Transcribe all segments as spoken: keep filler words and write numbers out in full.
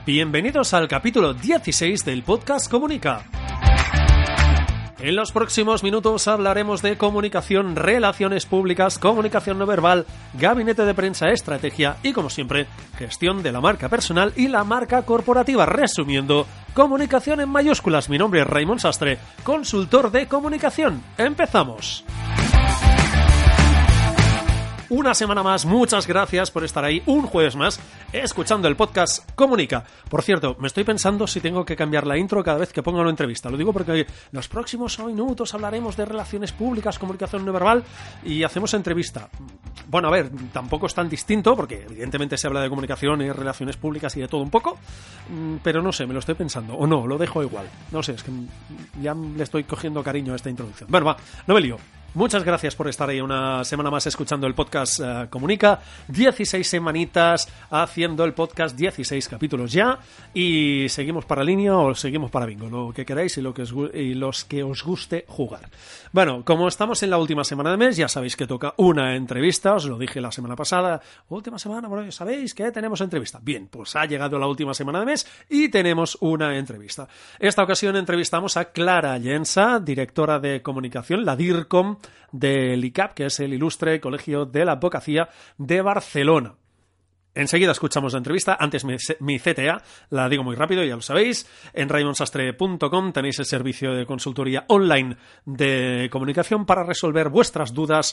Bienvenidos al capítulo dieciséis del podcast Comunica. En los próximos minutos hablaremos de comunicación, relaciones públicas, comunicación no verbal, gabinete de prensa, estrategia y, como siempre, gestión de la marca personal y la marca corporativa. Resumiendo, comunicación en mayúsculas. Mi nombre es Raimon Sastre, consultor de comunicación. ¡Empezamos! Una semana más, muchas gracias por estar ahí un jueves más escuchando el podcast Comunica. Por cierto, me estoy pensando si tengo que cambiar la intro cada vez que ponga una entrevista. Lo digo porque en los próximos minutos hablaremos de relaciones públicas, comunicación no verbal y hacemos entrevista. Bueno, a ver, tampoco es tan distinto porque evidentemente se habla de comunicación y relaciones públicas y de todo un poco, pero no sé, me lo estoy pensando. O no, lo dejo igual. No sé, es que ya le estoy cogiendo cariño a esta introducción. Bueno, va, no me lío. Muchas gracias por estar ahí una semana más escuchando el podcast uh, Comunica. dieciséis semanitas haciendo el podcast, dieciséis capítulos ya. Y seguimos para línea o seguimos para bingo, lo que queráis y, lo que os, y los que os guste jugar. Bueno, como estamos en la última semana de mes, ya sabéis que toca una entrevista. Os lo dije la semana pasada. Última semana, bueno, ya sabéis que tenemos entrevista. Bien, pues ha llegado la última semana de mes y tenemos una entrevista. Esta ocasión entrevistamos a Clara Llensa, directora de comunicación, la DIRCOM, del I C A P, que es el Ilustre Colegio de la Abogacía de Barcelona. Enseguida escuchamos la entrevista. Antes mi, mi C T A, la digo muy rápido, ya lo sabéis. En raimon sastre punto com tenéis el servicio de consultoría online de comunicación para resolver vuestras dudas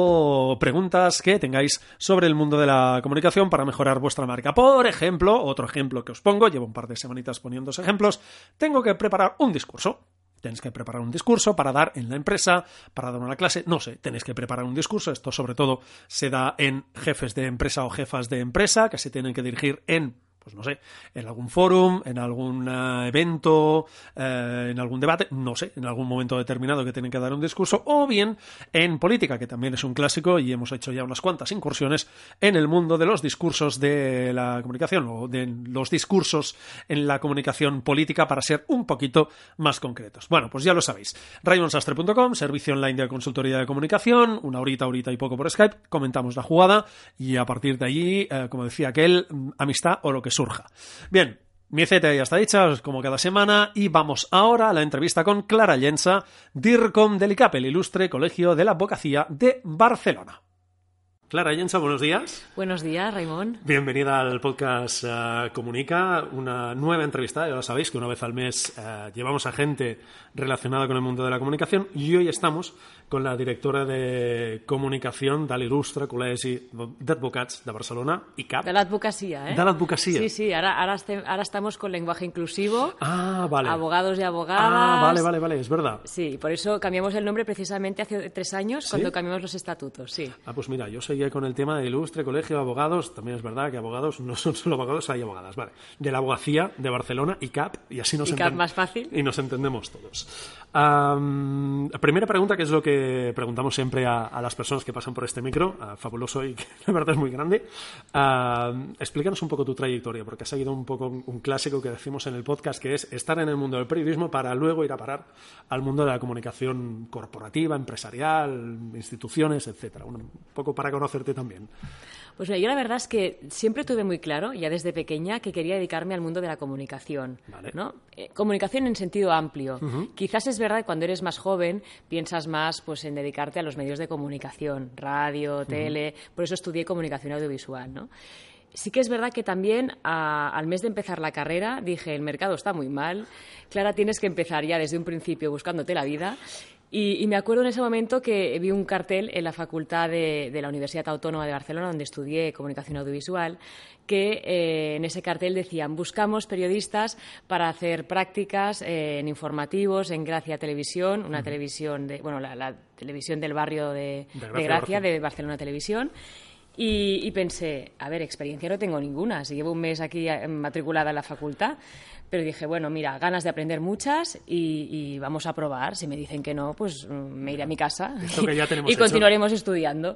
o preguntas que tengáis sobre el mundo de la comunicación para mejorar vuestra marca. Por ejemplo, otro ejemplo que os pongo, llevo un par de semanitas poniendo ejemplos, tengo que preparar un discurso. Tenéis que preparar un discurso para dar en la empresa, para dar una clase, no sé, tenéis que preparar un discurso. Esto sobre todo se da en jefes de empresa o jefas de empresa que se tienen que dirigir en, pues no sé, en algún fórum, en algún uh, evento, eh, en algún debate, no sé, en algún momento determinado que tienen que dar un discurso, o bien en política, que también es un clásico y hemos hecho ya unas cuantas incursiones en el mundo de los discursos de la comunicación o de los discursos en la comunicación política para ser un poquito más concretos. Bueno, pues ya lo sabéis. raimon sastre punto com, servicio online de consultoría de comunicación, una horita, horita y poco por Skype, comentamos la jugada y a partir de allí, eh, como decía aquel, amistad o lo que surja. Bien, mi C T A ya está dicha, como cada semana, y vamos ahora a la entrevista con Clara Llensa, DIRCOM del I C A P, el Ilustre Colegio de la Abogacía de Barcelona. Clara Llensa, buenos días. Buenos días, Raimon. Bienvenida al podcast uh, Comunica, una nueva entrevista. Ya lo sabéis que una vez al mes uh, llevamos a gente relacionada con el mundo de la comunicación y hoy estamos con la directora de comunicación de l'Il·lustre Col·legi d'Advocats de Barcelona, I C A P. De l'advocacia, ¿eh? De l'advocacia. Sí, sí, ahora, ahora, este, ahora estamos con lenguaje inclusivo. Ah, vale. Abogados y abogadas. Ah, vale, vale, vale, es verdad. Sí, por eso cambiamos el nombre precisamente hace tres años, ¿Sí? Cuando cambiamos los estatutos, sí. Ah, pues mira, yo seguía con el tema del Ilustre Colegio de Abogados. También es verdad que abogados no son solo abogados, hay abogadas, vale. De la abogacía de Barcelona, I C A P, y así nos I C A P más fácil. Y nos entendemos todos. Um, primera pregunta, que es lo que preguntamos siempre a, a las personas que pasan por este micro, uh, fabuloso y que la verdad es muy grande. Uh, explícanos un poco tu trayectoria, porque has seguido un poco un clásico que decimos en el podcast, que es estar en el mundo del periodismo para luego ir a parar al mundo de la comunicación corporativa, empresarial, instituciones, etcétera. Un poco para conocerte también. Pues mira, yo la verdad es que siempre tuve muy claro, ya desde pequeña, que quería dedicarme al mundo de la comunicación, vale. ¿no? Eh, comunicación en sentido amplio. Uh-huh. Quizás es verdad que cuando eres más joven piensas más pues, en dedicarte a los medios de comunicación, radio, tele, uh-huh. Por eso estudié comunicación audiovisual, ¿no? Sí que es verdad que también a, al mes de empezar la carrera dije, el mercado está muy mal, Clara, tienes que empezar ya desde un principio buscándote la vida. Y, y me acuerdo en ese momento que vi un cartel en la facultad de, de la Universidad Autónoma de Barcelona, donde estudié comunicación audiovisual, que eh, en ese cartel decían, buscamos periodistas para hacer prácticas eh, en informativos, en Gracia Televisión, una uh-huh. televisión, de, bueno, la, la televisión del barrio de, de Gracia, de, Gracia, de Barcelona Televisión. Y, y pensé, a ver, experiencia no tengo ninguna, si llevo un mes aquí matriculada en la facultad, Pero dije, bueno, mira, ganas de aprender muchas y, y vamos a probar. Si me dicen que no, pues me iré a mi casa Esto que ya tenemos y hecho. continuaremos estudiando.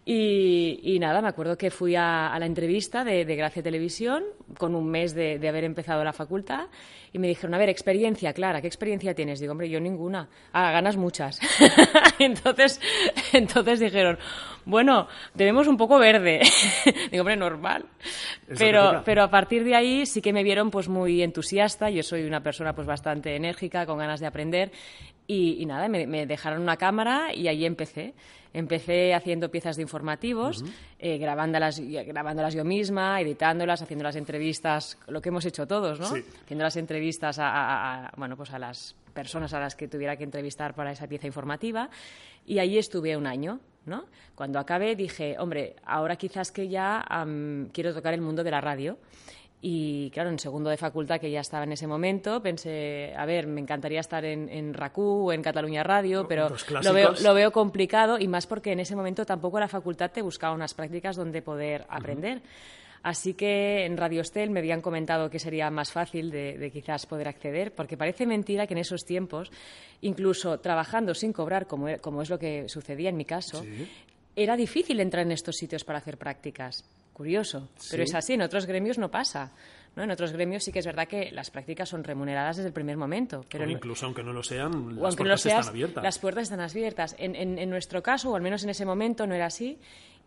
Y, y nada, me acuerdo que fui a, a la entrevista de, de Gracia Televisión con un mes de, de haber empezado la facultad y me dijeron, a ver, experiencia, Clara, ¿qué experiencia tienes? Digo, hombre, yo ninguna. Ah, ganas muchas. entonces, entonces dijeron, bueno, te vemos un poco verde. Digo, hombre, normal. Pero, pero a partir de ahí sí que me vieron pues muy entusiasta. Yo soy una persona pues bastante enérgica, con ganas de aprender. Y, y nada, me, me dejaron una cámara y ahí empecé. Empecé haciendo piezas de informativos, uh-huh. eh, grabándolas, grabándolas yo misma, editándolas, haciendo las entrevistas, lo que hemos hecho todos, ¿no? Sí. Haciendo las entrevistas a, a, a, bueno, pues a las personas a las que tuviera que entrevistar para esa pieza informativa. Y ahí estuve un año, ¿no? Cuando acabé dije, hombre, ahora quizás que ya um, quiero tocar el mundo de la radio. Y claro, en segundo de facultad, que ya estaba en ese momento, pensé, a ver, me encantaría estar en, en RAC1 o en Cataluña Radio, pero lo veo, lo veo complicado y más porque en ese momento tampoco la facultad te buscaba unas prácticas donde poder aprender. Uh-huh. Así que en Radio Estel me habían comentado que sería más fácil de, de quizás poder acceder, porque parece mentira que en esos tiempos, incluso trabajando sin cobrar, como, como es lo que sucedía en mi caso, sí. Era difícil entrar en estos sitios para hacer prácticas. Curioso, sí. Pero es así, en otros gremios no pasa, ¿no? En otros gremios sí que es verdad que las prácticas son remuneradas desde el primer momento. Pero o incluso aunque no lo sean, las aunque puertas no seas, están abiertas. Las puertas están abiertas. En, en, en nuestro caso, o al menos en ese momento, no era así.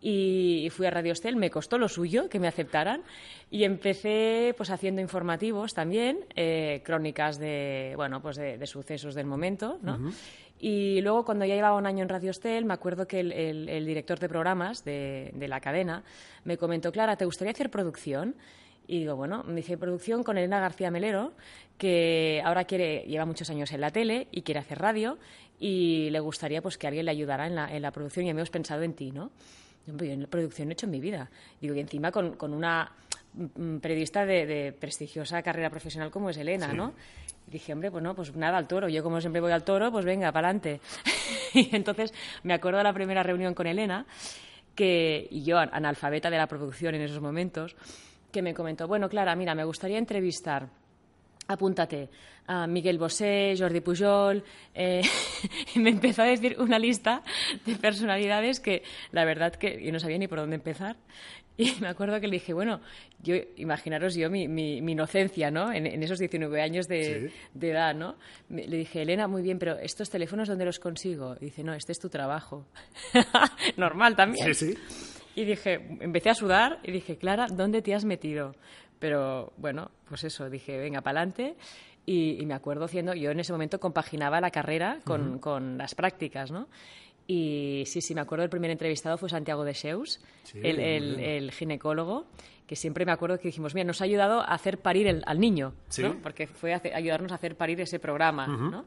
Y fui a Radio Estel, me costó lo suyo que me aceptaran y empecé pues haciendo informativos también, eh, crónicas de, bueno, pues de, de sucesos del momento, ¿no? Uh-huh. Y luego, cuando ya llevaba un año en Radio Estel, me acuerdo que el, el, el director de programas de, de la cadena me comentó, Clara, ¿te gustaría hacer producción? Y digo, bueno, me dice producción con Elena García Melero, que ahora quiere, lleva muchos años en la tele y quiere hacer radio y le gustaría pues que alguien le ayudara en la, en la producción y hemos pensado en ti, ¿no? Yo en la producción no he hecho en mi vida. Digo, y encima con, con una periodista de, de prestigiosa carrera profesional como es Elena, sí. ¿no? Dije, hombre, pues no, pues nada, al toro. Yo como siempre voy al toro, pues venga, para adelante. Y entonces me acuerdo de la primera reunión con Elena, que, y yo, analfabeta de la producción en esos momentos, que me comentó, bueno, Clara, mira, me gustaría entrevistar, apúntate, a Miguel Bosé, Jordi Pujol, eh, y me empezó a decir una lista de personalidades que la verdad que yo no sabía ni por dónde empezar. Y me acuerdo que le dije, bueno, yo imaginaros yo mi, mi, mi inocencia, ¿no? En, en esos diecinueve años de, sí. de edad, ¿no? Le dije, Elena, muy bien, pero ¿estos teléfonos dónde los consigo? Y dice, no, este es tu trabajo. Normal también. Sí, sí. Y dije, empecé a sudar y dije, Clara, ¿dónde te has metido? Pero bueno, pues eso, dije, venga, para adelante. Y, y me acuerdo haciendo, yo en ese momento compaginaba la carrera con, uh-huh. con las prácticas, ¿no? Y sí, sí, me acuerdo, el primer entrevistado fue Santiago de Xeus, sí, el, el, el ginecólogo, que siempre me acuerdo que dijimos, mira, nos ha ayudado a hacer parir el, al niño, sí. ¿no? Porque fue a hacer, ayudarnos a hacer parir ese programa, uh-huh. ¿no?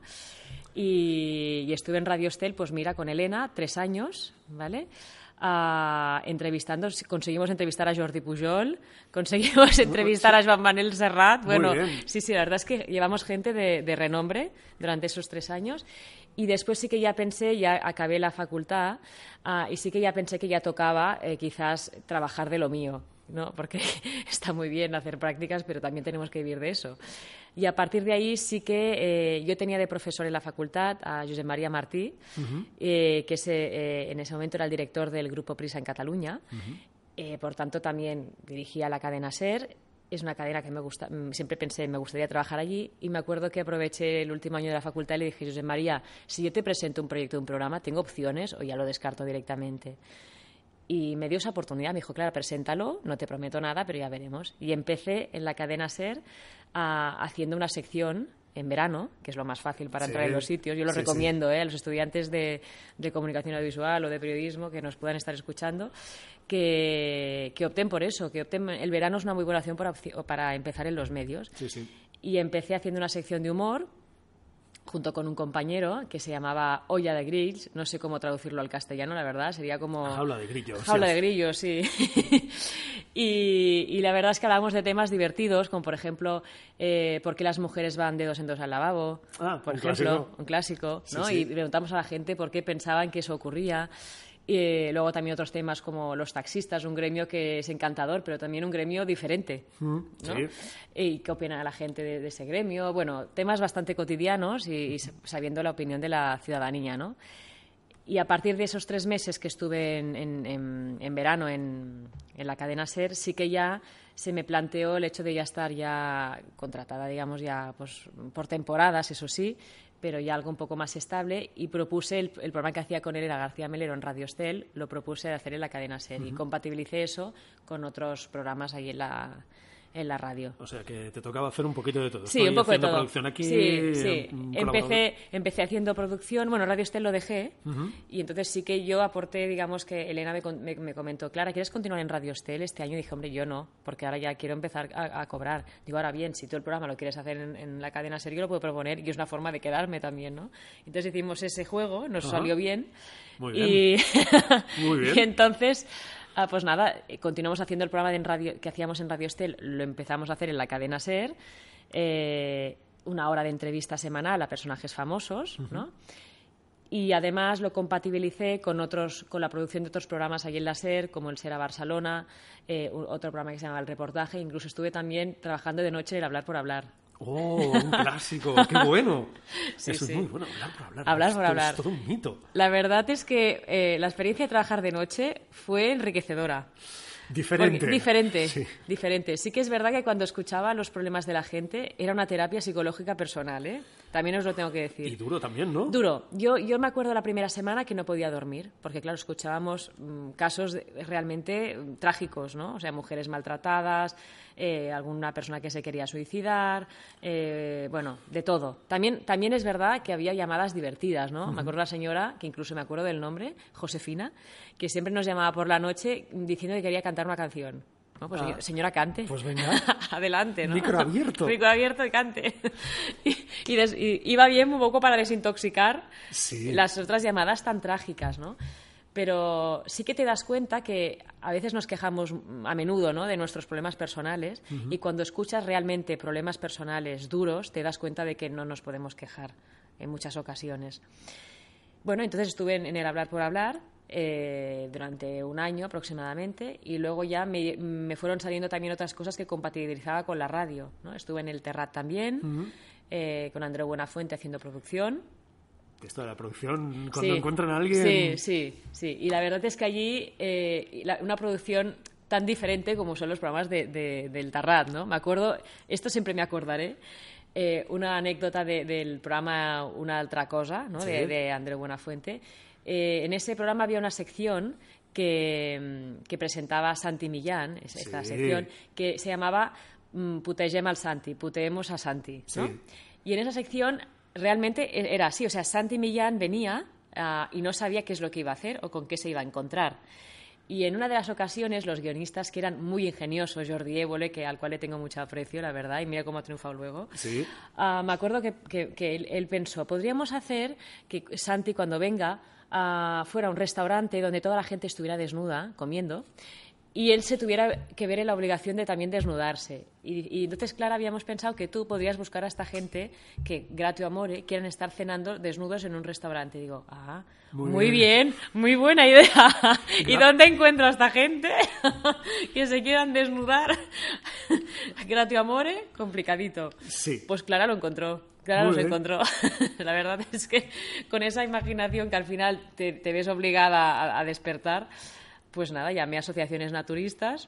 Y, y estuve en Radio Estel, pues mira, con Elena, tres años, ¿vale? Uh, entrevistando, conseguimos entrevistar a Jordi Pujol, conseguimos entrevistar a Joan Manel Serrat. Bueno, sí, sí, la verdad es que llevamos gente de, de renombre durante esos tres años. Y después sí que ya pensé, ya acabé la facultad, uh, y sí que ya pensé que ya tocaba eh, quizás trabajar de lo mío, ¿no? Porque está muy bien hacer prácticas, pero también tenemos que vivir de eso. Y a partir de ahí sí que eh, yo tenía de profesor en la facultad a Josep María Martí, uh-huh. eh, que es, eh, en ese momento era el director del Grupo Prisa en Cataluña. Uh-huh. Eh, por tanto, también dirigía la cadena SER. Es una cadena que me gusta, siempre pensé, me gustaría trabajar allí, y me acuerdo que aproveché el último año de la facultad y le dije, Josep María, si yo te presento un proyecto, un programa, ¿tengo opciones o ya lo descarto directamente? Y me dio esa oportunidad, me dijo, Clara, preséntalo, no te prometo nada, pero ya veremos. Y empecé en la cadena SER a, haciendo una sección en verano, que es lo más fácil para sí. entrar en los sitios. Yo lo sí, recomiendo sí. Eh, a los estudiantes de, de comunicación audiovisual o de periodismo que nos puedan estar escuchando, que, que opten por eso, que opten. El verano es una muy buena opción para, para empezar en los medios. Sí, sí. Y empecé haciendo una sección de humor, junto con un compañero que se llamaba Olla de Grills, no sé cómo traducirlo al castellano, la verdad, sería como... Jaula de grillos. Jaula de grillos, sí. y, y la verdad es que hablábamos de temas divertidos, como por ejemplo, eh, ¿por qué las mujeres van de dos en dos al lavabo? Ah, por un ejemplo, clásico. un clásico, ¿no? Sí, sí. Y preguntamos a la gente por qué pensaban que eso ocurría. Y luego también otros temas como los taxistas, un gremio que es encantador, pero también un gremio diferente, ¿no? Sí. Y qué opina la gente de, de ese gremio. Bueno, temas bastante cotidianos y, y sabiendo la opinión de la ciudadanía, ¿no? Y a partir de esos tres meses que estuve en, en, en, en verano en, en la cadena SER, sí que ya se me planteó el hecho de ya estar ya contratada, digamos, ya pues por temporadas, eso sí, pero ya algo un poco más estable, y propuse el, el programa que hacía con él, era García Melero en Radio Estel, lo propuse de hacer en la cadena SER, uh-huh. y compatibilicé eso con otros programas ahí en la, en la radio. O sea, que te tocaba hacer un poquito de todo. Sí, Estoy un poco de todo. Producción aquí, sí, sí. Empecé, empecé haciendo producción, bueno, Radio Estel lo dejé, uh-huh. y entonces sí que yo aporté, digamos, que Elena me, me, me comentó, Clara, ¿quieres continuar en Radio Estel este año? Y dije, hombre, yo no, porque ahora ya quiero empezar a, a cobrar. Digo, ahora bien, si tú el programa lo quieres hacer en, en la cadena SER, yo lo puedo proponer, y es una forma de quedarme también, ¿no? Entonces hicimos ese juego, nos uh-huh. salió bien. Muy bien. Y, Muy bien. y entonces... Ah, pues nada, continuamos haciendo el programa de en radio, que hacíamos en Radio Estel, lo empezamos a hacer en la cadena SER, eh, una hora de entrevista semanal a personajes famosos, uh-huh. ¿no? Y además lo compatibilicé con otros, con la producción de otros programas allí en la SER, como el SER a Barcelona, eh, otro programa que se llama El Reportaje, incluso estuve también trabajando de noche en el Hablar por Hablar. ¡Oh, un clásico! ¡Qué bueno! Sí, Eso sí. es muy bueno, hablar por hablar. Hablar Esto por hablar. Es todo un mito. La verdad es que eh, la experiencia de trabajar de noche fue enriquecedora. Diferente. Porque, diferente, sí. diferente. Sí que es verdad que cuando escuchaba los problemas de la gente era una terapia psicológica personal, ¿eh? También os lo tengo que decir. Y duro también, ¿no? Duro. Yo, yo me acuerdo la primera semana que no podía dormir, porque claro, escuchábamos mmm, casos de, realmente mmm, trágicos, ¿no? O sea, mujeres maltratadas, eh, alguna persona que se quería suicidar, eh, bueno, de todo. También, también es verdad que había llamadas divertidas, ¿no? Uh-huh. Me acuerdo de la señora, que incluso me acuerdo del nombre, Josefina, que siempre nos llamaba por la noche diciendo que quería cantar una canción. No, pues ah, señora, cante. Pues venga. Adelante, ¿no? Micro abierto. Micro abierto y cante. y, y, des, y iba bien un poco para desintoxicar sí. las otras llamadas tan trágicas, ¿no? Pero sí que te das cuenta que a veces nos quejamos a menudo, ¿no?, de nuestros problemas personales, uh-huh. y cuando escuchas realmente problemas personales duros te das cuenta de que no nos podemos quejar en muchas ocasiones. Bueno, entonces estuve en, en el Hablar por Hablar eh, durante un año aproximadamente, y luego ya me, me fueron saliendo también otras cosas que compatibilizaba con la radio, ¿no? Estuve en el Terrat también, uh-huh. eh, con Andreu Buenafuente haciendo producción. Esto de la producción, cuando sí, encuentran a alguien... Sí, sí, sí. Y la verdad es que allí eh, la, una producción tan diferente como son los programas de, de, del Terrat, ¿no? Me acuerdo, esto siempre me acordaré, eh, una anécdota de, del programa Una altra cosa, ¿no?, sí. de, de Andreu Buenafuente. Eh, en ese programa había una sección que, que presentaba Santi Millán, esta sí. sección, que se llamaba Putegem al Santi, puteemos a Santi, ¿no? Sí. Y en esa sección realmente era así, o sea, Santi Millán venía uh, y no sabía qué es lo que iba a hacer o con qué se iba a encontrar. Y en una de las ocasiones los guionistas, que eran muy ingeniosos, Jordi Évole, que al cual le tengo mucho aprecio, la verdad, y mira cómo ha triunfado luego, ¿sí? uh, me acuerdo que, que, que él, él pensó, podríamos hacer que Santi cuando venga uh, fuera a un restaurante donde toda la gente estuviera desnuda, comiendo, y él se tuviera que ver en la obligación de también desnudarse. Y, y entonces, Clara, habíamos pensado que tú podrías buscar a esta gente que, gratis amore, quieran estar cenando desnudos en un restaurante. Y digo, ah, muy, muy bien. bien, muy buena idea. ¿Y Gra- dónde encuentro a esta gente que se quieran desnudar? Gratis amore, complicadito. Sí. Pues Clara lo encontró. Clara los encontró. La verdad es que con esa imaginación que al final te, te ves obligada a, a despertar, pues nada, llamé a asociaciones naturistas.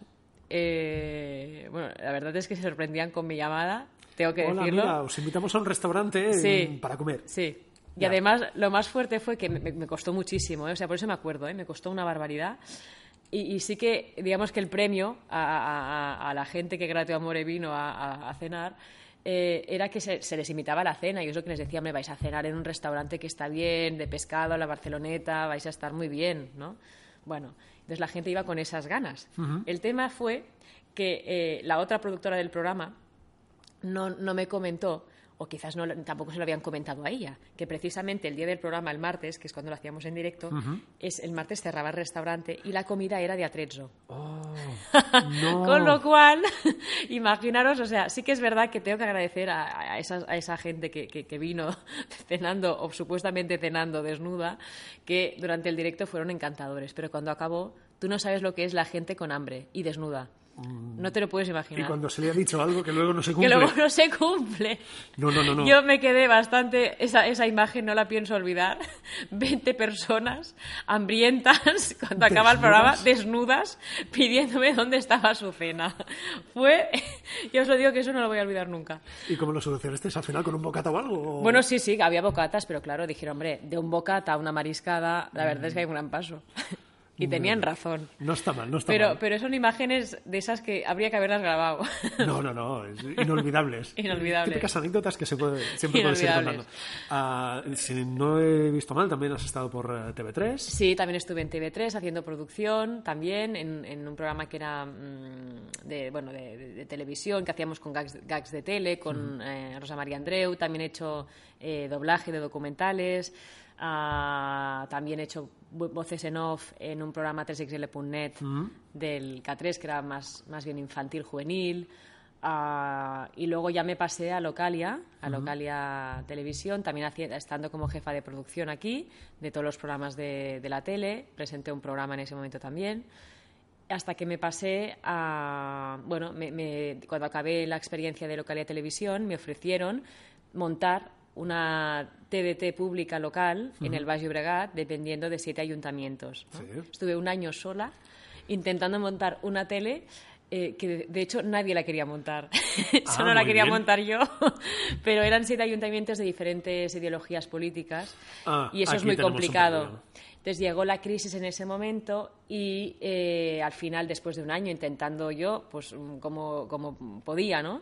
Eh, bueno, la verdad es que se sorprendían con mi llamada, tengo que Hola, decirlo. Mira, os invitamos a un restaurante sí, para comer. Sí. Y ya. Además, lo más fuerte fue que me, me costó muchísimo, ¿eh? O sea, por eso me acuerdo, ¿eh? Me costó una barbaridad. Y, y sí que, digamos que el premio a, a, a la gente que Gratis amore vino a, a, a cenar eh, era que se, se les invitaba a la cena. Y es lo que les decía, me vais a cenar en un restaurante que está bien, de pescado, la Barceloneta, vais a estar muy bien, ¿no? Bueno, entonces la gente iba con esas ganas. Uh-huh. El tema fue que eh, la otra productora del programa no, no me comentó, o quizás no, tampoco se lo habían comentado a ella, que precisamente el día del programa, el martes, que es cuando lo hacíamos en directo, uh-huh. es el martes cerraba el restaurante y la comida era de atrezzo. Oh. No. Con lo cual, imaginaros, o sea, sí que es verdad que tengo que agradecer a, a, esa, a esa gente que, que, que vino cenando, o supuestamente cenando desnuda, que durante el directo fueron encantadores, pero cuando acabó, tú no sabes lo que es la gente con hambre y desnuda. No te lo puedes imaginar. Y cuando se le ha dicho algo que luego no se cumple. Que luego no se cumple. No, no, no, no. Yo me quedé bastante... Esa, esa imagen no la pienso olvidar. veinte personas hambrientas cuando acaba el programa, desnudas, pidiéndome dónde estaba su cena. Fue... Yo os lo digo que eso no lo voy a olvidar nunca. ¿Y cómo lo solucionaste? ¿Al final con un bocata o algo? O... Bueno, sí, sí, había bocatas, pero claro, dijeron, hombre, de un bocata a una mariscada, la verdad es que hay un gran paso. Y tenían razón. No está mal, no está pero, mal. Pero son imágenes de esas que habría que haberlas grabado. No, no, no, es inolvidables. Inolvidables. Típicas anécdotas que se puede, siempre puedes ir contando. Uh, si no he visto mal, también has estado por uh, T V tres. Sí, también estuve en T V tres haciendo producción, también en, en un programa que era mmm, de, bueno, de, de, de televisión, que hacíamos con gags, gags de tele, con mm. eh, Rosa María Andreu. También he hecho eh, doblaje de documentales. Uh, también he hecho voces en off en un programa tres equis ele punto net mm. del K tres, que era más, más bien infantil, juvenil. Uh, y luego ya me pasé a Localia, a Localia mm. Televisión, también haciendo, estando como jefa de producción aquí, de todos los programas de, de la tele. Presenté un programa en ese momento también. Hasta que me pasé a... Bueno, me, me, cuando acabé la experiencia de Localia Televisión, me ofrecieron montar una T D T pública local uh-huh. en el Baix Llobregat, dependiendo de siete ayuntamientos, ¿no? Sí. Estuve un año sola intentando montar una tele eh, que, de hecho, nadie la quería montar. Ah, Solo la quería bien. montar yo. Pero eran siete ayuntamientos de diferentes ideologías políticas ah, y eso es muy complicado. Entonces llegó la crisis en ese momento y eh, al final, después de un año intentando yo, pues como, como podía, ¿no?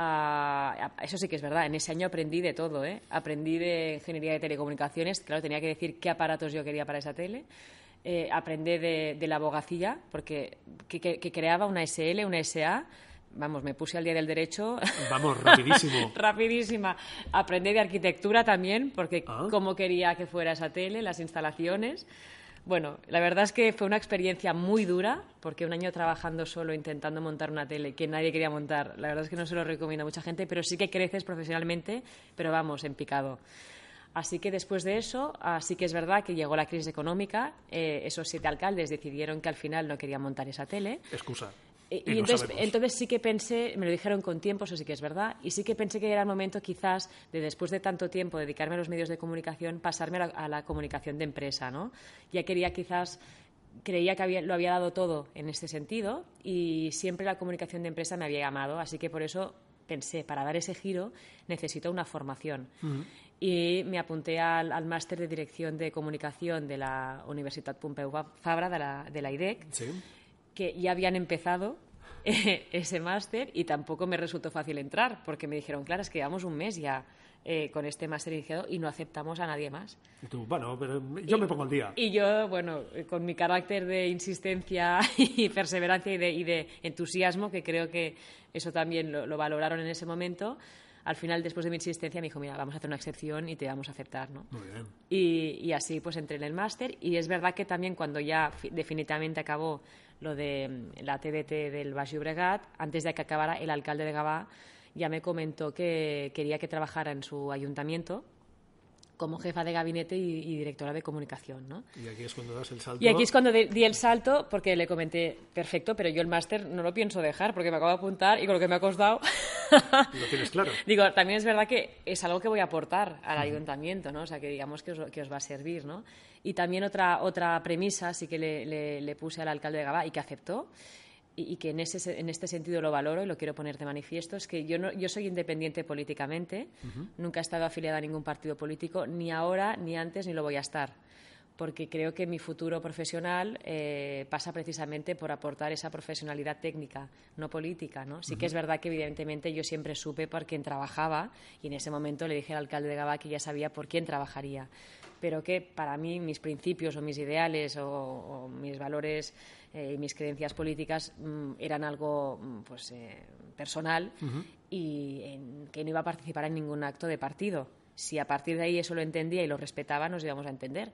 Uh, eso sí que es verdad, en ese año aprendí de todo, ¿eh? Aprendí de ingeniería de telecomunicaciones, claro, tenía que decir qué aparatos yo quería para esa tele. Eh, aprendí de, de la abogacía, porque que, que, que creaba una ese ele, una ese a. Vamos, me puse al día del derecho. Vamos, rapidísimo. Rapidísima. Aprendí de arquitectura también, porque ¿Ah? cómo quería que fuera esa tele, las instalaciones. Bueno, la verdad es que fue una experiencia muy dura, porque un año trabajando solo, intentando montar una tele que nadie quería montar, la verdad es que no se lo recomiendo a mucha gente, pero sí que creces profesionalmente, pero vamos, en picado. Así que después de eso, sí que es verdad que llegó la crisis económica, eh, esos siete alcaldes decidieron que al final no querían montar esa tele. Excusa. Y, y entonces, entonces sí que pensé, me lo dijeron con tiempo, eso sí que es verdad, y sí que pensé que era el momento quizás de, después de tanto tiempo, dedicarme a los medios de comunicación, pasarme a la, a la comunicación de empresa, ¿no? Ya quería quizás, creía que había, lo había dado todo en este sentido y siempre la comunicación de empresa me había llamado, así que por eso pensé, para dar ese giro necesito una formación. Uh-huh. Y me apunté al, al máster de Dirección de Comunicación de la Universitat Pompeu Fabra, de la, de la I D E C, sí. que ya habían empezado eh, ese máster y tampoco me resultó fácil entrar, porque me dijeron, claro, es que llevamos un mes ya eh, con este máster iniciado y no aceptamos a nadie más. Y tú, bueno, pero yo y, me pongo al día. Y yo, bueno, con mi carácter de insistencia y perseverancia y de, y de entusiasmo, que creo que eso también lo, lo valoraron en ese momento, al final, después de mi insistencia, me dijo, mira, vamos a hacer una excepción y te vamos a aceptar, ¿no? Muy bien. Y, y así pues entré en el máster y es verdad que también cuando ya fi- definitivamente acabó lo de la T D T del Baix Llobregat, antes de que acabara, el alcalde de Gavà ya me comentó que quería que trabajara en su ayuntamiento como jefa de gabinete y, y directora de comunicación, ¿no? Y aquí es cuando das el salto. Y aquí es cuando de, di el salto, porque le comenté, perfecto, pero yo el máster no lo pienso dejar, porque me acabo de apuntar y con lo que me ha costado... Lo tienes claro. Digo, también es verdad que es algo que voy a aportar al uh-huh. ayuntamiento, ¿no? O sea, que digamos que os, que os va a servir, ¿no? Y también otra, otra premisa sí que le, le, le puse al alcalde de Gavà y que aceptó, y, y que en, ese, en este sentido lo valoro y lo quiero poner de manifiesto, es que yo, no, yo soy independiente políticamente, uh-huh. nunca he estado afiliada a ningún partido político, ni ahora, ni antes, ni lo voy a estar, porque creo que mi futuro profesional eh, pasa precisamente por aportar esa profesionalidad técnica, no política, ¿no? Sí uh-huh. que es verdad que evidentemente yo siempre supe por quién trabajaba y en ese momento le dije al alcalde de Gavà que ya sabía por quién trabajaría, pero que para mí mis principios o mis ideales o, o mis valores y eh, mis creencias políticas mmm, eran algo pues eh, personal uh-huh. y en, que no iba a participar en ningún acto de partido. Si a partir de ahí eso lo entendía y lo respetaba, nos íbamos a entender.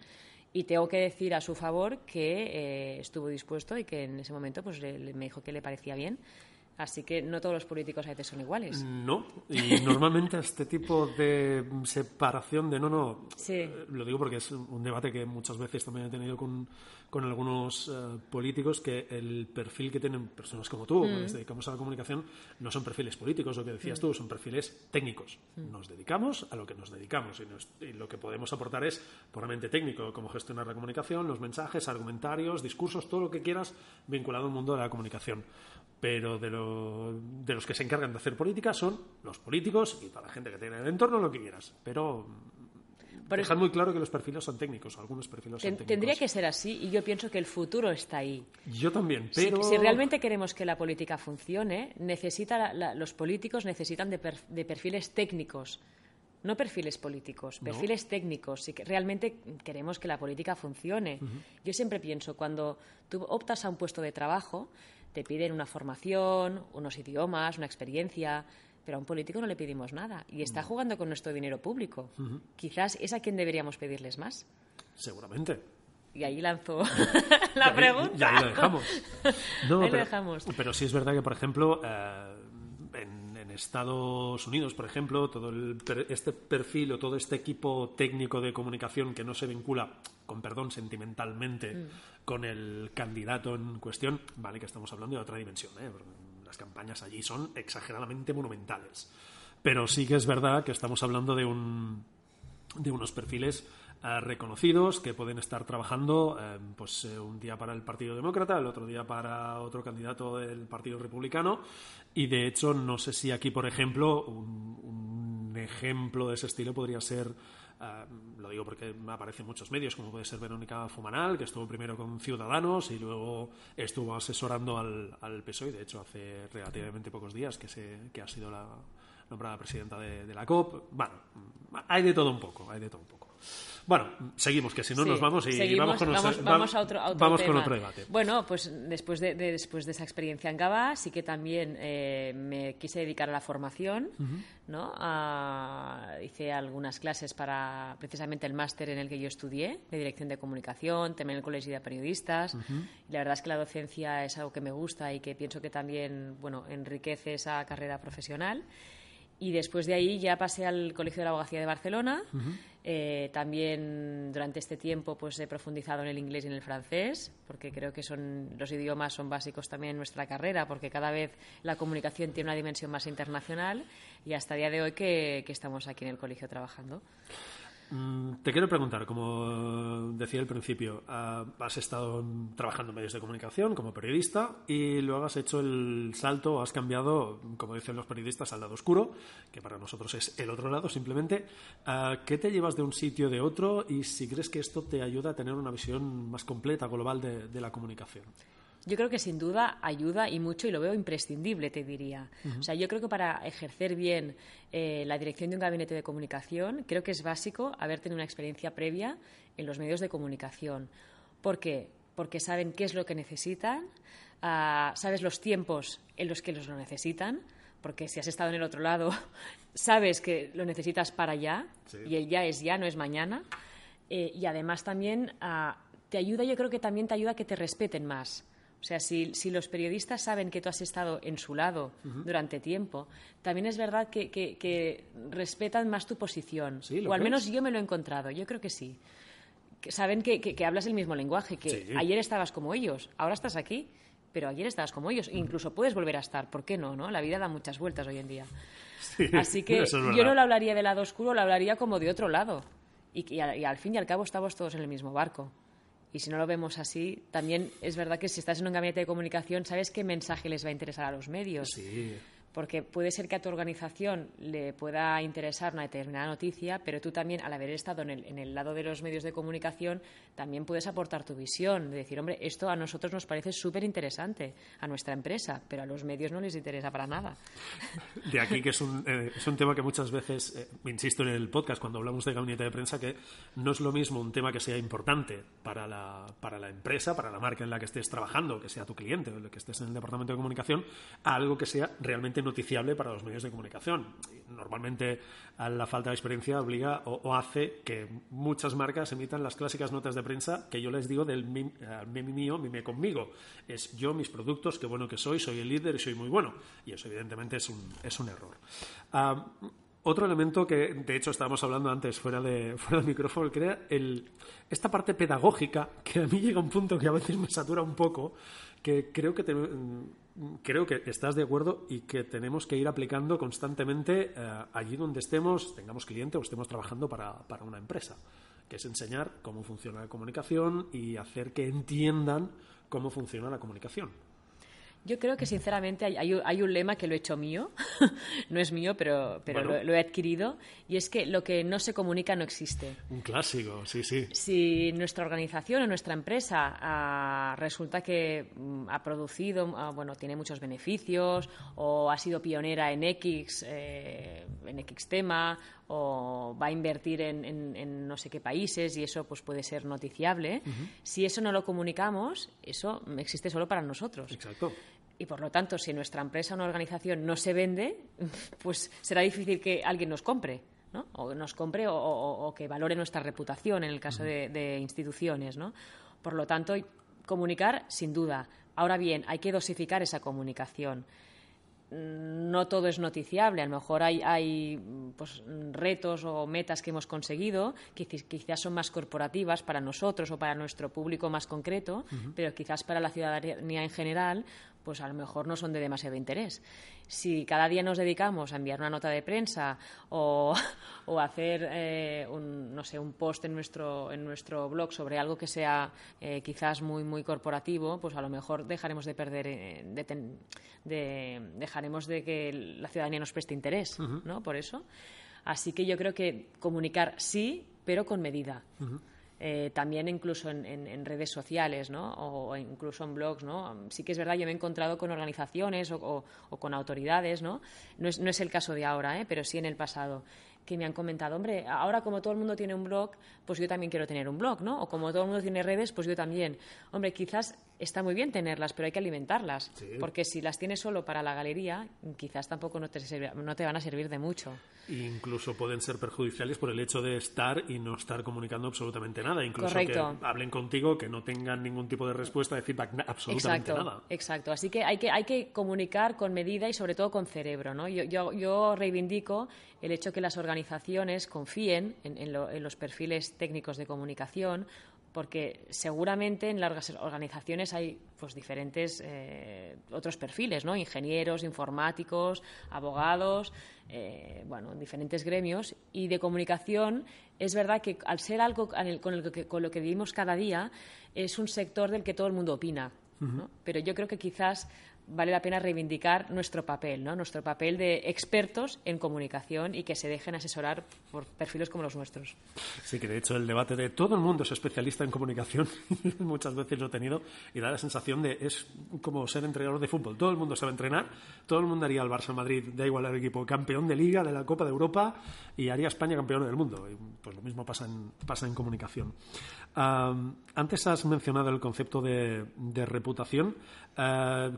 Y tengo que decir a su favor que eh, estuvo dispuesto y que en ese momento pues le, le, me dijo que le parecía bien. Así que no todos los políticos a veces son iguales. No, y normalmente este tipo de separación de no, no, sí. eh, lo digo porque es un debate que muchas veces también he tenido con, con algunos eh, políticos, que el perfil que tienen personas como tú, mm. que nos dedicamos a la comunicación, no son perfiles políticos, lo que decías mm. tú, son perfiles técnicos. Mm. Nos dedicamos a lo que nos dedicamos y, nos, y lo que podemos aportar es puramente técnico, como gestionar la comunicación, los mensajes, argumentarios, discursos, todo lo que quieras vinculado al mundo de la comunicación. Pero de, lo, de los que se encargan de hacer política son los políticos y toda la gente que tiene en el entorno, lo que quieras. Pero Por dejar eso, muy claro que los perfiles son técnicos, algunos perfiles ten, son técnicos. Tendría que ser así, y yo pienso que el futuro está ahí. Yo también, pero... Si, si realmente queremos que la política funcione, necesita la, la, los políticos necesitan de, per, de perfiles técnicos. No perfiles políticos, perfiles no. técnicos. Si que realmente queremos que la política funcione. Uh-huh. Yo siempre pienso, cuando tú optas a un puesto de trabajo, te piden una formación, unos idiomas, una experiencia, pero a un político no le pedimos nada. Y está no. jugando con nuestro dinero público. Uh-huh. Quizás es a quien deberíamos pedirles más. Seguramente. Y ahí lanzo la pregunta. Y ahí lo dejamos. No, ahí pero, lo dejamos. Pero sí es verdad que, por ejemplo... Eh, Estados Unidos, por ejemplo, todo el, este perfil o todo este equipo técnico de comunicación que no se vincula, con perdón, sentimentalmente mm. con el candidato en cuestión, vale que estamos hablando de otra dimensión, ¿eh? Las campañas allí son exageradamente monumentales, pero sí que es verdad que estamos hablando de un de unos perfiles eh, reconocidos que pueden estar trabajando eh, pues eh, un día para el Partido Demócrata, el otro día para otro candidato del Partido Republicano, y de hecho no sé si aquí, por ejemplo, un, un ejemplo de ese estilo podría ser, eh, lo digo porque aparece en muchos medios, como puede ser Verónica Fumanal, que estuvo primero con Ciudadanos y luego estuvo asesorando al, al P S O E, y de hecho hace relativamente pocos días que, se, que ha sido la nombrada presidenta de, de la COP. Bueno, hay de todo un poco, hay de todo un poco. Bueno, seguimos, que si no sí, nos vamos y seguimos, vamos con, vamos, nos, vamos a otro, a otro vamos tema. con otro debate. Bueno, pues después de, de, después de esa experiencia en Gavà, sí que también eh, me quise dedicar a la formación, uh-huh. ¿no? A, hice algunas clases para precisamente el máster en el que yo estudié, de Dirección de Comunicación, también el Colegio de Periodistas. Uh-huh. Y la verdad es que la docencia es algo que me gusta y que pienso que también, bueno, enriquece esa carrera profesional. Y después de ahí ya pasé al Colegio de la Abogacía de Barcelona. Uh-huh. Eh, también durante este tiempo pues he profundizado en el inglés y en el francés, porque creo que son los idiomas son básicos también en nuestra carrera, porque cada vez la comunicación tiene una dimensión más internacional, y hasta el día de hoy que, que estamos aquí en el colegio trabajando. Te quiero preguntar, como decía al principio, has estado trabajando en medios de comunicación como periodista y luego has hecho el salto, has cambiado, como dicen los periodistas, al lado oscuro, que para nosotros es el otro lado simplemente. ¿Qué te llevas de un sitio de otro y si crees que esto te ayuda a tener una visión más completa, global de, de la comunicación? Yo creo que sin duda ayuda y mucho, y lo veo imprescindible, te diría. Uh-huh. O sea, yo creo que para ejercer bien eh, la dirección de un gabinete de comunicación, creo que es básico haber tenido una experiencia previa en los medios de comunicación. ¿Por qué? Porque saben qué es lo que necesitan, uh, sabes los tiempos en los que los lo necesitan, porque si has estado en el otro lado, sabes que lo necesitas para ya, sí. Y el ya es ya, no es mañana. Eh, y además también uh, te ayuda, yo creo que también te ayuda a que te respeten más. O sea, si, si los periodistas saben que tú has estado en su lado uh-huh. durante tiempo, también es verdad que, que, que respetan más tu posición. ¿Sí, o al menos yo me lo he encontrado, yo creo que sí. Que saben que, que, que hablas el mismo lenguaje, que sí. Ayer estabas como ellos, ahora estás aquí, pero ayer estabas como ellos. Uh-huh. Incluso puedes volver a estar, ¿por qué no? ¿no? La vida da muchas vueltas hoy en día. Sí, así que es yo no lo hablaría del lado oscuro, lo hablaría como de otro lado. Y, y, y al fin y al cabo estamos todos en el mismo barco. Y si no lo vemos así, también es verdad que si estás en un gabinete de comunicación, ¿sabes qué mensaje les va a interesar a los medios? Sí. Porque puede ser que a tu organización le pueda interesar una determinada noticia, pero tú también, al haber estado en el, en el lado de los medios de comunicación, también puedes aportar tu visión, de decir, hombre, esto a nosotros nos parece súper interesante, a nuestra empresa, pero a los medios no les interesa para nada. De aquí que es un, eh, es un tema que muchas veces, eh, insisto en el podcast, cuando hablamos de gabinete de prensa, que no es lo mismo un tema que sea importante para la, para la empresa, para la marca en la que estés trabajando, que sea tu cliente o el que estés en el departamento de comunicación, a algo que sea realmente noticiable para los medios de comunicación. Normalmente la falta de experiencia obliga o, o hace que muchas marcas emitan las clásicas notas de prensa que yo les digo del mime mío, mime conmigo. Es yo, mis productos, qué bueno que soy, soy el líder y soy muy bueno. Y eso evidentemente es un, es un error. Uh, Otro elemento que, de hecho, estábamos hablando antes fuera de fuera del micrófono, que era el, esta parte pedagógica, que a mí llega a un punto que a veces me satura un poco, que creo que, te, creo que estás de acuerdo y que tenemos que ir aplicando constantemente eh, allí donde estemos, tengamos cliente o estemos trabajando para, para una empresa, que es enseñar cómo funciona la comunicación y hacer que entiendan cómo funciona la comunicación. Yo creo que, sinceramente, hay, hay, hay un lema que lo he hecho mío, no es mío, pero, pero bueno. lo, lo he adquirido, y es que lo que no se comunica no existe. Un clásico, sí, sí. Si nuestra organización o nuestra empresa ah, resulta que mm, ha producido, ah, bueno, tiene muchos beneficios, o ha sido pionera en X, eh, en X tema, o va a invertir en, en, en no sé qué países, y eso pues puede ser noticiable, uh-huh. Si eso no lo comunicamos, eso existe solo para nosotros. Exacto. Y, por lo tanto, si nuestra empresa o una organización no se vende, pues será difícil que alguien nos compre, ¿no? O nos compre o, o, o que valore nuestra reputación en el caso uh-huh. de, de instituciones, ¿no? Por lo tanto, comunicar, sin duda. Ahora bien, hay que dosificar esa comunicación. No todo es noticiable. A lo mejor hay, hay pues, retos o metas que hemos conseguido que quizás son más corporativas para nosotros o para nuestro público más concreto, uh-huh. pero quizás para la ciudadanía en general pues a lo mejor no son de demasiado interés. Si cada día nos dedicamos a enviar una nota de prensa o, o a hacer eh, un, no sé, un post en nuestro, en nuestro blog sobre algo que sea eh, quizás muy, muy corporativo, pues a lo mejor dejaremos de perder, eh, de, ten, de, dejaremos de que la ciudadanía nos preste interés, uh-huh. ¿no? Por eso. Así que yo creo que comunicar sí, pero con medida. Uh-huh. Eh, también incluso en, en, en redes sociales, ¿no? O incluso en blogs, ¿no? Sí que es verdad, yo me he encontrado con organizaciones o, o, o con autoridades, ¿no? No es, no es el caso de ahora, ¿eh? Pero sí en el pasado, que me han comentado, hombre, ahora como todo el mundo tiene un blog, pues yo también quiero tener un blog, ¿no? O como todo el mundo tiene redes, pues yo también. Hombre, quizás está muy bien tenerlas, pero hay que alimentarlas, sí. Porque si las tienes solo para la galería, quizás tampoco no te, serv- no te van a servir de mucho. Incluso pueden ser perjudiciales por el hecho de estar y no estar comunicando absolutamente nada. Incluso Correcto. Que hablen contigo, que no tengan ningún tipo de respuesta, de feedback, absolutamente exacto, nada. Exacto. Así que hay que hay que comunicar con medida y sobre todo con cerebro, ¿no? Yo, yo, yo reivindico el hecho que las organizaciones confíen en, en, lo, en los perfiles técnicos de comunicación, porque seguramente en las organizaciones hay pues diferentes eh, otros perfiles, ¿no? Ingenieros, informáticos, abogados, eh, bueno, diferentes gremios, y de comunicación es verdad que al ser algo con, el, con, el que, con lo que vivimos cada día es un sector del que todo el mundo opina, ¿no? Uh-huh. Pero yo creo que quizás vale la pena reivindicar nuestro papel, ¿no? Nuestro papel de expertos en comunicación y que se dejen asesorar por perfiles como los nuestros. Sí, que de hecho el debate de todo el mundo es especialista en comunicación muchas veces lo he tenido y da la sensación de es como ser entrenador de fútbol. Todo el mundo sabe entrenar, todo el mundo haría al Barça Madrid, da igual al equipo, campeón de Liga, de la Copa de Europa, y haría a España campeón del mundo. Y pues lo mismo pasa en, pasa en comunicación. Um, antes has mencionado el concepto de, de reputación. Uh,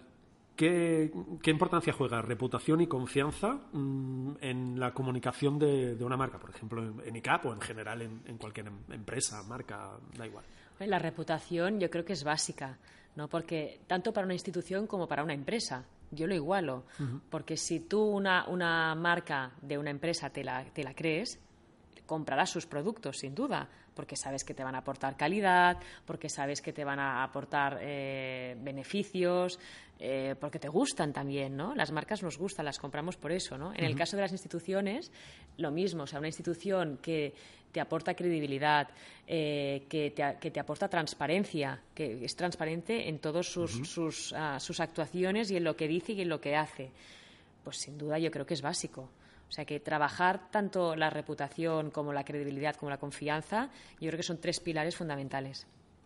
¿Qué, ¿Qué importancia juega reputación y confianza mmm, en la comunicación de, de una marca? Por ejemplo, en, en I C A P o en general en, en cualquier em, empresa, marca, da igual. La reputación yo creo que es básica, ¿no? Porque tanto para una institución como para una empresa. Yo lo igualo. Uh-huh. Porque si tú una, una marca de una empresa te la, te la crees, comprarás sus productos, sin duda, porque sabes que te van a aportar calidad, porque sabes que te van a aportar eh, beneficios, eh, porque te gustan también, ¿no? Las marcas nos gustan, las compramos por eso, ¿no? En uh-huh. el caso de las instituciones, lo mismo. O sea, una institución que te aporta credibilidad, eh, que, te, que te aporta transparencia, que es transparente en todas sus, uh-huh. sus, uh, sus actuaciones y en lo que dice y en lo que hace, pues sin duda yo creo que es básico. O sea, que trabajar tanto la reputación como la credibilidad como la confianza, yo creo que son tres pilares fundamentales.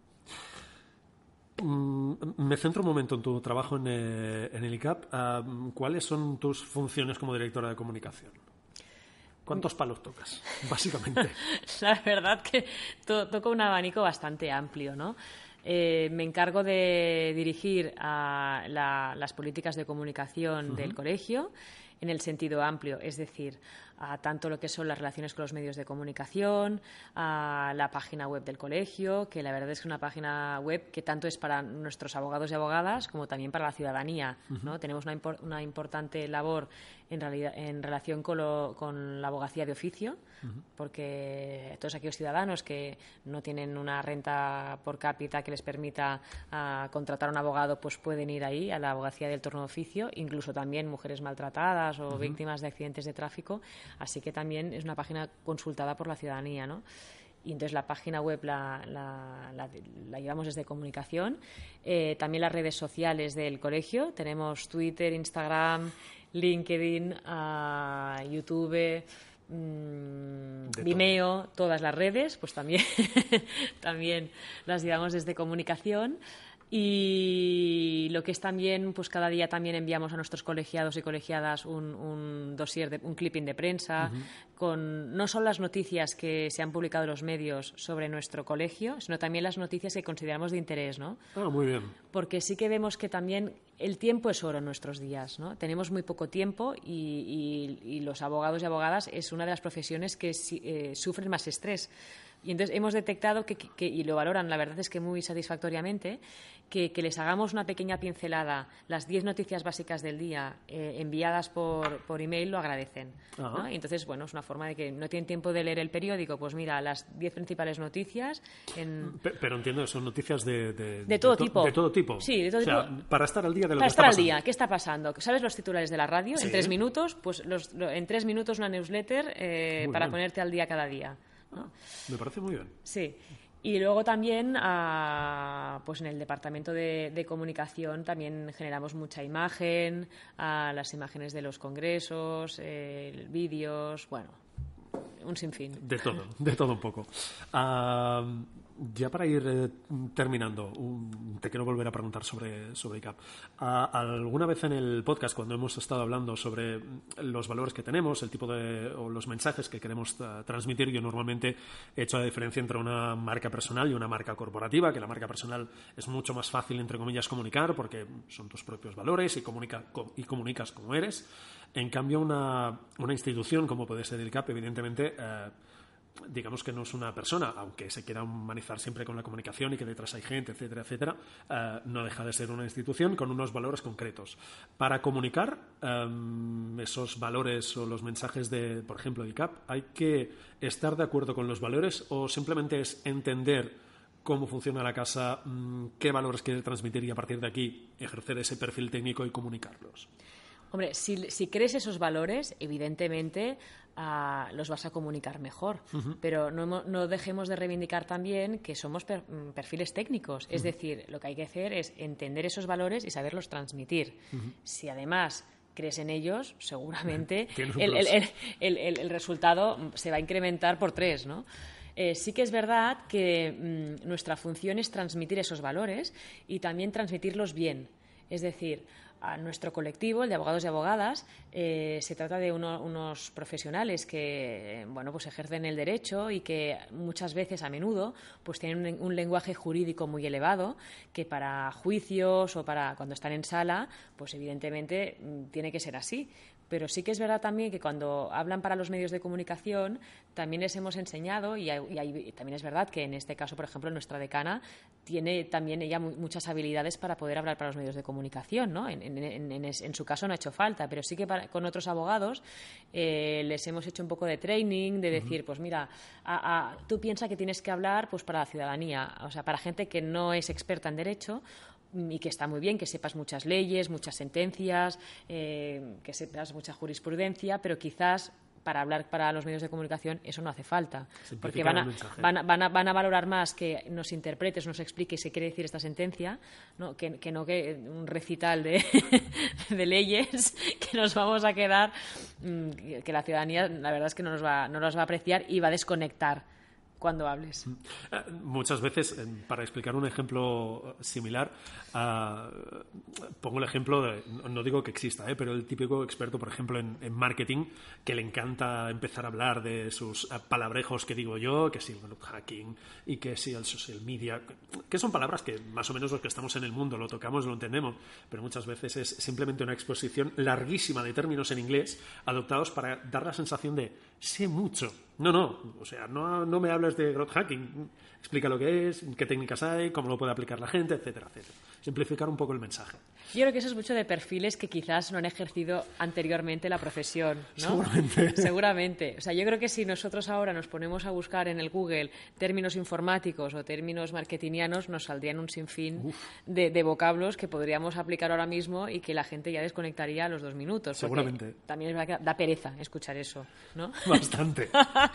Mm, me centro un momento en tu trabajo en, eh, en el I C A P. Uh, ¿Cuáles son tus funciones como directora de comunicación? ¿Cuántos palos tocas, básicamente? La verdad que to- toco un abanico bastante amplio, ¿no? Eh, me encargo de dirigir a la, las políticas de comunicación uh-huh. del colegio en el sentido amplio, es decir, a tanto lo que son las relaciones con los medios de comunicación, a la página web del colegio, que la verdad es que es una página web que tanto es para nuestros abogados y abogadas como también para la ciudadanía, ¿no? Uh-huh. Tenemos una, impor- una importante labor en, realidad, en relación con, lo, con la abogacía de oficio, uh-huh. porque todos aquellos ciudadanos que no tienen una renta por cápita que les permita uh, contratar a un abogado, pues pueden ir ahí a la abogacía del turno de oficio, incluso también mujeres maltratadas o uh-huh. víctimas de accidentes de tráfico. Así que también es una página consultada por la ciudadanía, ¿no? Y entonces la página web la, la, la, la llevamos desde comunicación. Eh, también las redes sociales del colegio. Tenemos Twitter, Instagram, LinkedIn, uh, YouTube, mmm, Vimeo, todo. Todas las redes, pues también, también las llevamos desde comunicación. Y lo que es también, pues cada día también enviamos a nuestros colegiados y colegiadas un, un dossier, de, un clipping de prensa, uh-huh. con no solo las noticias que se han publicado en los medios sobre nuestro colegio, sino también las noticias que consideramos de interés, ¿no? Ah, muy bien. Porque sí que vemos que también el tiempo es oro en nuestros días, ¿no? Tenemos muy poco tiempo y, y, y los abogados y abogadas es una de las profesiones que eh, sufren más estrés. Y entonces hemos detectado, que, que, y lo valoran, la verdad es que muy satisfactoriamente, que, que les hagamos una pequeña pincelada, las diez noticias básicas del día eh, enviadas por, por email, lo agradecen, ¿no? Y entonces, bueno, es una forma de que no tienen tiempo de leer el periódico, pues mira, las diez principales noticias. En... Pero, pero entiendo que son noticias de... De, de todo de to, tipo. De todo tipo. Sí, de todo o sea, tipo. Para estar al día de lo para que está pasando. Para estar al pasando. día, ¿qué está pasando? ¿Sabes los titulares de la radio? Sí. En tres minutos, pues los, lo, en tres minutos una newsletter eh, para bien. ponerte al día cada día, ¿no? Me parece muy bien. Sí. Y luego también, uh, pues en el departamento de, de comunicación también generamos mucha imagen, uh, las imágenes de los congresos, eh, vídeos, bueno, un sinfín. De todo, de todo un poco. Uh, ya para ir eh, terminando, un, te quiero volver a preguntar sobre, sobre I C A P. Uh, alguna vez en el podcast, cuando hemos estado hablando sobre los valores que tenemos, el tipo de, o los mensajes que queremos uh, transmitir, yo normalmente he hecho la diferencia entre una marca personal y una marca corporativa, que la marca personal es mucho más fácil, entre comillas, comunicar, porque son tus propios valores y, comunica, y comunicas como eres. En cambio, una, una institución como puede ser el I C A P, evidentemente... Uh, digamos que no es una persona, aunque se quiera humanizar siempre con la comunicación y que detrás hay gente, etcétera, etcétera, uh, no deja de ser una institución con unos valores concretos. Para comunicar um, esos valores o los mensajes de, por ejemplo, de I C A P, ¿hay que estar de acuerdo con los valores o simplemente es entender cómo funciona la casa, um, qué valores quiere transmitir y a partir de aquí ejercer ese perfil técnico y comunicarlos? Hombre, si, si crees esos valores, evidentemente uh, los vas a comunicar mejor. Uh-huh. Pero no, no dejemos de reivindicar también que somos per, perfiles técnicos. Uh-huh. Es decir, lo que hay que hacer es entender esos valores y saberlos transmitir. Uh-huh. Si además crees en ellos, seguramente el, el, el, el, el, el resultado se va a incrementar por tres, ¿no? Eh, sí que es verdad que mmm, nuestra función es transmitir esos valores y también transmitirlos bien. Es decir, a nuestro colectivo, el de abogados y abogadas, eh, se trata de uno, unos profesionales que, bueno, pues ejercen el derecho y que muchas veces, a menudo, pues tienen un, un lenguaje jurídico muy elevado que para juicios o para cuando están en sala, pues evidentemente tiene que ser así. Pero sí que es verdad también que cuando hablan para los medios de comunicación también les hemos enseñado, y, hay, y hay, también es verdad que en este caso, por ejemplo, nuestra decana tiene también ella muy, muchas habilidades para poder hablar para los medios de comunicación, ¿no? En, en, en, en, en su caso no ha hecho falta, pero sí que para, con otros abogados eh, les hemos hecho un poco de training, de decir, uh-huh. pues mira, a, a, tú piensas que tienes que hablar pues para la ciudadanía, o sea, para gente que no es experta en derecho, y que está muy bien que sepas muchas leyes, muchas sentencias, eh, que sepas mucha jurisprudencia, pero quizás para hablar para los medios de comunicación eso no hace falta, porque van a, van, a, van, a, van a valorar más que nos interpretes, nos expliques qué quiere decir esta sentencia, ¿no? Que, que no que un recital de, de leyes que nos vamos a quedar, que la ciudadanía la verdad es que no nos va, no nos va a apreciar y va a desconectar cuando hables. Muchas veces, para explicar un ejemplo similar, uh, pongo el ejemplo de, no digo que exista, ¿eh? pero el típico experto, por ejemplo, en, en marketing, que le encanta empezar a hablar de sus uh, palabrejos que digo yo, que si el growth hacking y que si el social media, que son palabras que más o menos los que estamos en el mundo lo tocamos, lo entendemos, pero muchas veces es simplemente una exposición larguísima de términos en inglés adoptados para dar la sensación de sé mucho. No, no, o sea, no, no me hables de growth hacking, explica lo que es, qué técnicas hay, cómo lo puede aplicar la gente, etcétera, etcétera. Simplificar un poco el mensaje. Yo creo que eso es mucho de perfiles que quizás no han ejercido anteriormente la profesión, ¿no? Seguramente. Seguramente. O sea, yo creo que si nosotros ahora nos ponemos a buscar en el Google términos informáticos o términos marketingianos, nos saldrían un sinfín de, de vocablos que podríamos aplicar ahora mismo y que la gente ya desconectaría a los dos minutos. Seguramente. También es verdad que da pereza escuchar eso, ¿no? Bastante.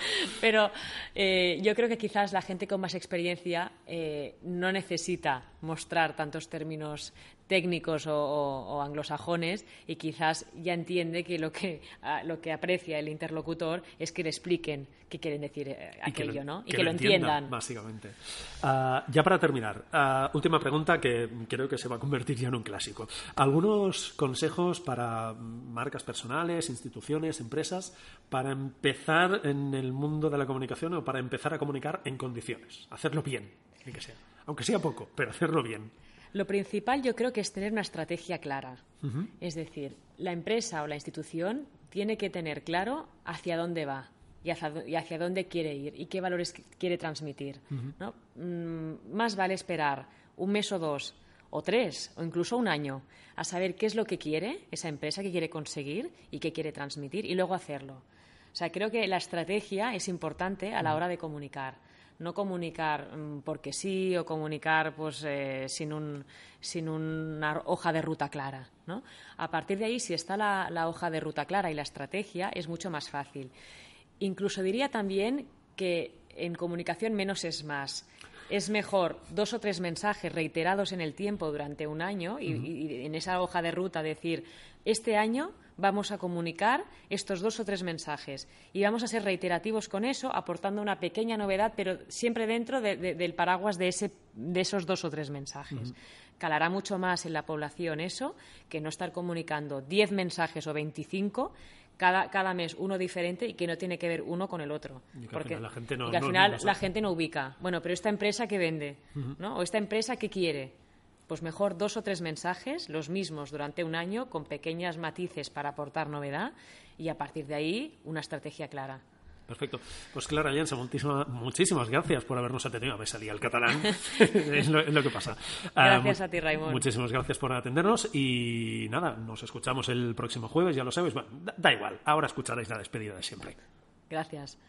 Pero eh, yo creo que quizás la gente con más experiencia eh, no necesita mostrar tantos términos técnicos o, o, o anglosajones y quizás ya entiende que lo que a, lo que aprecia el interlocutor es que le expliquen qué quieren decir eh, aquello, que lo, ¿no? Y que, que lo lo entiendan. entiendan. Básicamente. Uh, ya para terminar, uh, última pregunta que creo que se va a convertir ya en un clásico. ¿Algunos consejos para marcas personales, instituciones, empresas, para empezar en el mundo de la comunicación o para empezar a comunicar en condiciones? Hacerlo bien, ni que sea. Aunque sea poco, pero hacerlo bien. Lo principal yo creo que es tener una estrategia clara. Uh-huh. Es decir, la empresa o la institución tiene que tener claro hacia dónde va y hacia, y hacia dónde quiere ir y qué valores quiere transmitir, uh-huh. ¿no? Mm, más vale esperar un mes o dos o tres o incluso un año a saber qué es lo que quiere esa empresa, qué quiere conseguir y qué quiere transmitir y luego hacerlo. O sea, creo que la estrategia es importante a la hora de comunicar. No comunicar mmm, porque sí o comunicar pues eh, sin, un, sin una hoja de ruta clara, ¿no? A partir de ahí, si está la, la hoja de ruta clara y la estrategia, es mucho más fácil. Incluso diría también que en comunicación menos es más. Es mejor dos o tres mensajes reiterados en el tiempo durante un año y, uh-huh. y en esa hoja de ruta decir, este año vamos a comunicar estos dos o tres mensajes y vamos a ser reiterativos con eso, aportando una pequeña novedad, pero siempre dentro de, de, del paraguas de, ese, de esos dos o tres mensajes. Uh-huh. Calará mucho más en la población eso que no estar comunicando diez mensajes o veinticinco Cada, cada mes uno diferente y que no tiene que ver uno con el otro. Y que porque, al final la gente no, y que al no, final no, no la gente no ubica. Bueno, pero esta empresa ¿qué vende? Uh-huh. ¿No? O esta empresa ¿qué quiere? Pues mejor dos o tres mensajes, los mismos durante un año, con pequeños matices para aportar novedad y a partir de ahí una estrategia clara. Perfecto. Pues Clara Llensa, muchísimas, muchísimas gracias por habernos atendido. A ver, salía el catalán. es, lo, es lo que pasa. Gracias uh, a ti, Raimon. Muchísimas gracias por atendernos y nada, nos escuchamos el próximo jueves, ya lo sabéis. Bueno, da, da igual, ahora escucharéis la despedida de siempre. Gracias.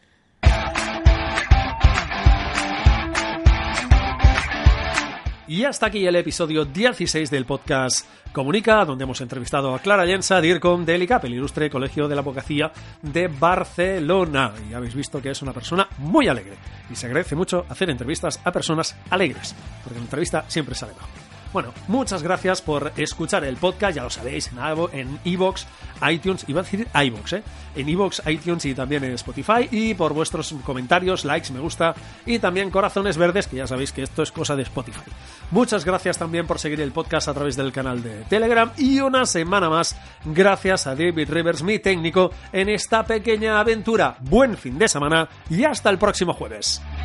Y hasta aquí el episodio dieciséis del podcast Comunica, donde hemos entrevistado a Clara Llensa, DIRCOM de ELICAP, el ilustre Colegio de la Abogacía de Barcelona. Y habéis visto que es una persona muy alegre. Y se agradece mucho hacer entrevistas a personas alegres, porque la entrevista siempre sale mejor. Bueno, muchas gracias por escuchar el podcast, ya lo sabéis, en iVoox, iTunes, iba a decir iVoox, ¿eh? En iVoox, iTunes y también en Spotify, y por vuestros comentarios, likes, me gusta, y también corazones verdes, que ya sabéis que esto es cosa de Spotify. Muchas gracias también por seguir el podcast a través del canal de Telegram, y una semana más, gracias a David Rivers, mi técnico, en esta pequeña aventura. Buen fin de semana, y hasta el próximo jueves.